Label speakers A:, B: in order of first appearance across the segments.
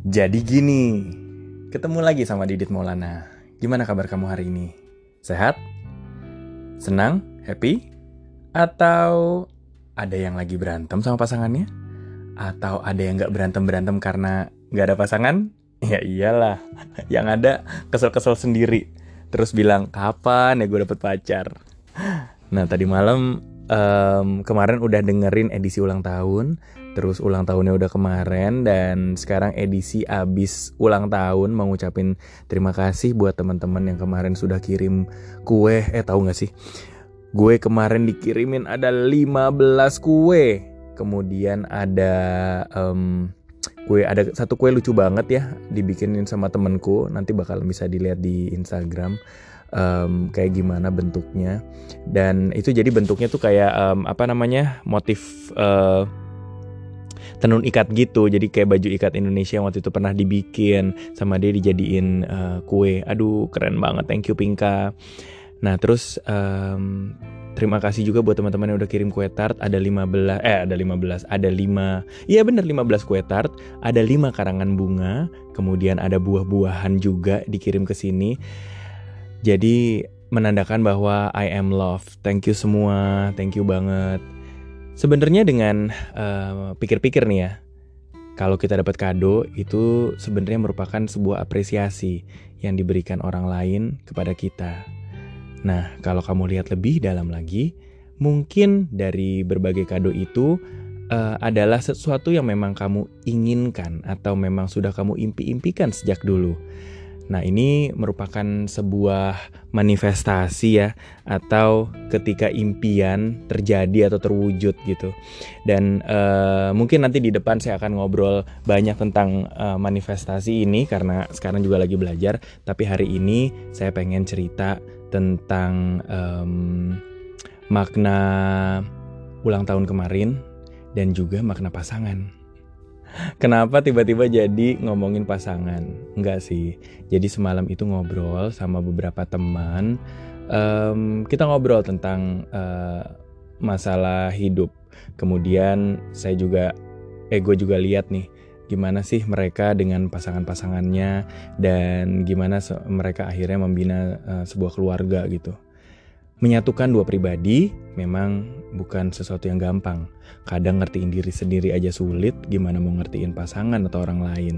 A: Jadi gini, ketemu lagi sama Didit Maulana. Gimana kabar kamu hari ini? Sehat? Senang? Happy? Atau ada yang lagi berantem sama pasangannya? Atau ada yang gak berantem-berantem karena gak ada pasangan? Ya iyalah, yang ada kesel-kesel sendiri. Terus bilang, kapan ya gue dapet pacar? Nah tadi malam kemarin udah dengerin edisi ulang tahun. Terus ulang tahunnya udah kemarin. Dan sekarang edisi abis ulang tahun. Mau ngucapin terima kasih buat teman-teman yang kemarin sudah kirim kue. Tahu gak sih? Gue kemarin dikirimin ada 15 kue. Kemudian ada kue, ada satu kue lucu banget ya, dibikinin sama temenku. Nanti bakal bisa dilihat di Instagram kayak gimana bentuknya. Dan itu jadi bentuknya tuh kayak motif tenun ikat gitu. Jadi kayak baju ikat Indonesia yang waktu itu pernah dibikin sama dia, dijadiin kue. Aduh keren banget, thank you Pinka. Nah terus terima kasih juga buat teman-teman yang udah kirim kue tart. Ada 15, ada 5. Iya bener 15 kue tart, ada 5 karangan bunga, kemudian ada buah-buahan juga dikirim ke sini. Jadi menandakan bahwa I am loved. Thank you semua, thank you banget. Sebenarnya dengan pikir-pikir nih ya, kalau kita dapat kado itu sebenarnya merupakan sebuah apresiasi yang diberikan orang lain kepada kita. Nah, kalau kamu lihat lebih dalam lagi, mungkin dari berbagai kado itu adalah sesuatu yang memang kamu inginkan atau memang sudah kamu impi-impikan sejak dulu. Nah, ini merupakan sebuah manifestasi ya, atau ketika impian terjadi atau terwujud gitu. Dan mungkin nanti di depan saya akan ngobrol banyak tentang manifestasi ini karena sekarang juga lagi belajar. Tapi hari ini saya pengen cerita tentang makna ulang tahun kemarin dan juga makna pasangan. Kenapa tiba-tiba jadi ngomongin pasangan? Enggak sih. Jadi semalam itu ngobrol sama beberapa teman. Kita ngobrol tentang masalah hidup. Kemudian gue juga lihat nih, gimana sih mereka dengan pasangan-pasangannya dan gimana mereka akhirnya membina sebuah keluarga gitu. Menyatukan dua pribadi memang bukan sesuatu yang gampang. Kadang ngertiin diri sendiri aja sulit, gimana mau ngertiin pasangan atau orang lain.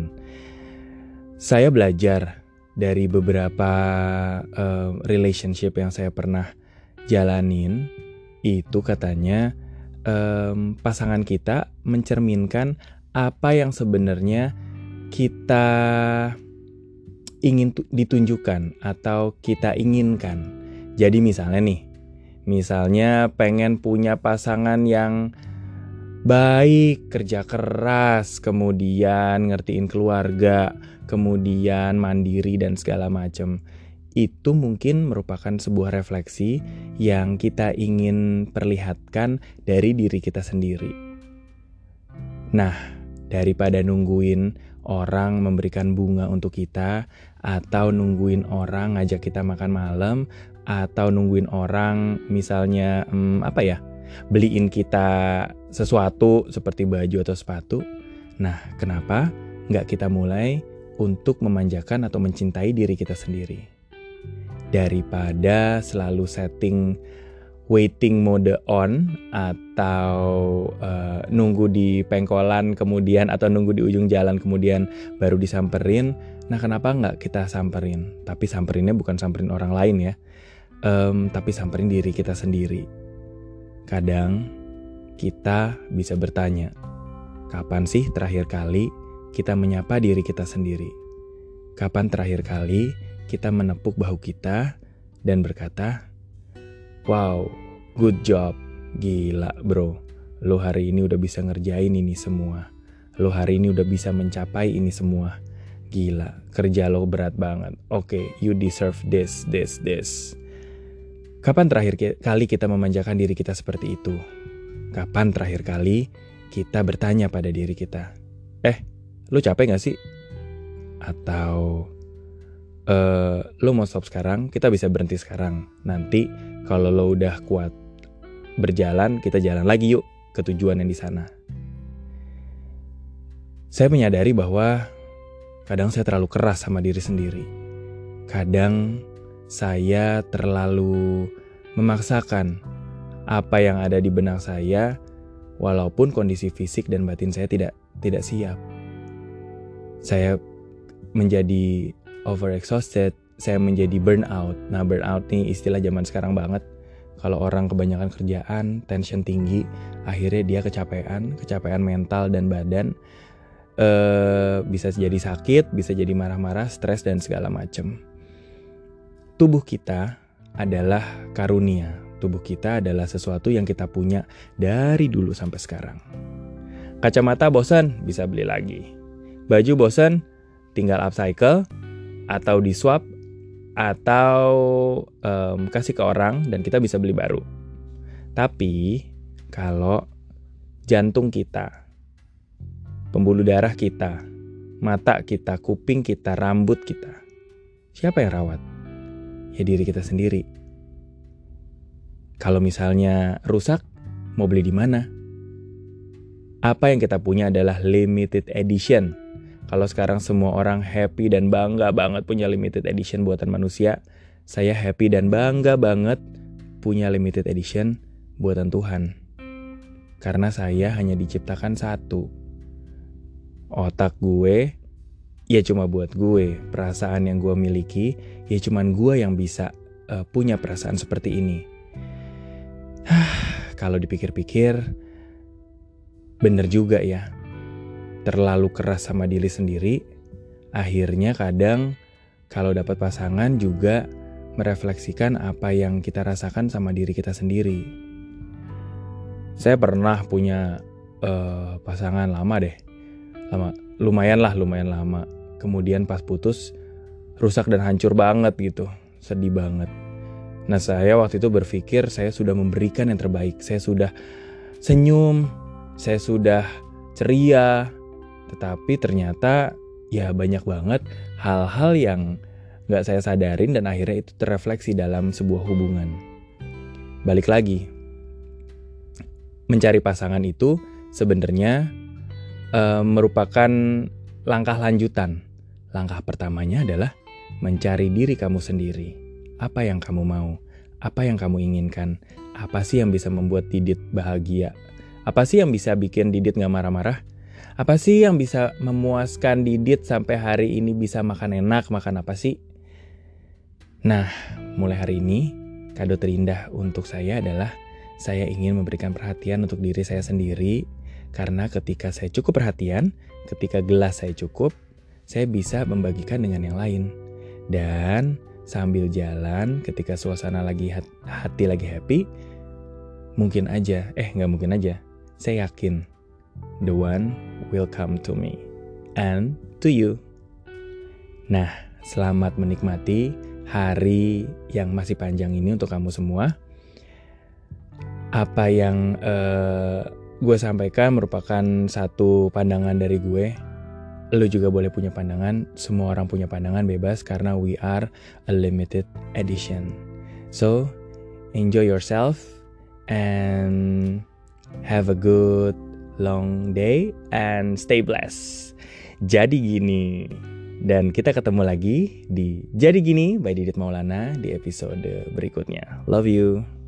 A: Saya belajar dari beberapa relationship yang saya pernah jalanin. Itu katanya pasangan kita mencerminkan apa yang sebenarnya kita ingin ditunjukkan atau kita inginkan. Jadi misalnya pengen punya pasangan yang baik, kerja keras, kemudian ngertiin keluarga, kemudian mandiri dan segala macam. Itu mungkin merupakan sebuah refleksi yang kita ingin perlihatkan dari diri kita sendiri. Nah, daripada nungguin orang memberikan bunga untuk kita, atau nungguin orang ngajak kita makan malam, atau nungguin orang misalnya beliin kita sesuatu seperti baju atau sepatu. Nah, kenapa nggak kita mulai untuk memanjakan atau mencintai diri kita sendiri? Daripada selalu setting waiting mode on, atau nunggu di pengkolan kemudian, atau nunggu di ujung jalan kemudian baru disamperin. Nah, kenapa nggak kita samperin? Tapi samperinnya bukan samperin orang lain ya, tapi samperin diri kita sendiri. Kadang kita bisa bertanya, kapan sih terakhir kali kita menyapa diri kita sendiri? Kapan terakhir kali kita menepuk bahu kita dan berkata, wow, good job, gila bro, lo hari ini udah bisa ngerjain ini semua. Lo hari ini udah bisa mencapai ini semua. Gila, kerja lo berat banget. Oke, you deserve this. Kapan terakhir kali kita memanjakan diri kita seperti itu? Kapan terakhir kali kita bertanya pada diri kita, lo capek gak sih? Atau lo mau stop sekarang, kita bisa berhenti sekarang. Nanti kalau lo udah kuat berjalan, kita jalan lagi yuk ke tujuan yang di sana. Saya menyadari bahwa Kadang saya terlalu keras sama diri sendiri. Kadang saya terlalu memaksakan apa yang ada di benak saya, walaupun kondisi fisik dan batin saya tidak siap. Saya menjadi overexhausted, saya menjadi burnout. Nah, burnout nih istilah zaman sekarang banget. Kalau orang kebanyakan kerjaan, tension tinggi, akhirnya dia kecapean mental dan badan. Bisa jadi sakit, bisa jadi marah-marah, stres dan segala macam. Tubuh kita adalah karunia. Tubuh kita adalah sesuatu yang kita punya dari dulu sampai sekarang. Kacamata bosan, bisa beli lagi. Baju bosan, tinggal upcycle atau di-swap atau kasih ke orang dan kita bisa beli baru. Tapi kalau jantung kita, pembuluh darah kita, mata kita, kuping kita, rambut kita, siapa yang rawat? Ya diri kita sendiri. Kalau misalnya rusak, mau beli di mana? Apa yang kita punya adalah limited edition. Kalau sekarang semua orang happy dan bangga banget punya limited edition buatan manusia, saya happy dan bangga banget punya limited edition buatan Tuhan. Karena saya hanya diciptakan satu. Otak gue, ya cuma buat gue. Perasaan yang gue miliki, ya cuman gue yang bisa punya perasaan seperti ini. Kalau dipikir-pikir, bener juga ya. Terlalu keras sama diri sendiri, akhirnya kadang kalau dapat pasangan juga merefleksikan apa yang kita rasakan sama diri kita sendiri. Saya pernah punya pasangan lama, lumayan lama. Kemudian pas putus, rusak dan hancur banget gitu, sedih banget. Nah, saya waktu itu berpikir saya sudah memberikan yang terbaik, saya sudah senyum, saya sudah ceria. Tetapi ternyata ya banyak banget hal-hal yang gak saya sadarin dan akhirnya itu terrefleksi dalam sebuah hubungan. Balik lagi, mencari pasangan itu sebenarnya merupakan langkah lanjutan. Langkah pertamanya adalah mencari diri kamu sendiri. Apa yang kamu mau? Apa yang kamu inginkan? Apa sih yang bisa membuat Didit bahagia? Apa sih yang bisa bikin Didit gak marah-marah? Apa sih yang bisa memuaskan Didit sampai hari ini bisa makan enak, makan apa sih? Nah, mulai hari ini, kado terindah untuk saya adalah saya ingin memberikan perhatian untuk diri saya sendiri. Karena ketika saya cukup perhatian, ketika gelas saya cukup, saya bisa membagikan dengan yang lain. Dan sambil jalan, ketika suasana lagi hati lagi happy, nggak mungkin aja, saya yakin the one will come to me and to you. Nah, selamat menikmati hari yang masih panjang ini untuk kamu semua. Apa yang gue sampaikan merupakan satu pandangan dari gue. Lo juga boleh punya pandangan. Semua orang punya pandangan, bebas, karena we are a limited edition. So, enjoy yourself and have a good long day and stay blessed. Jadi gini. Dan kita ketemu lagi di Jadi Gini by Didit Maulana di episode berikutnya. Love you.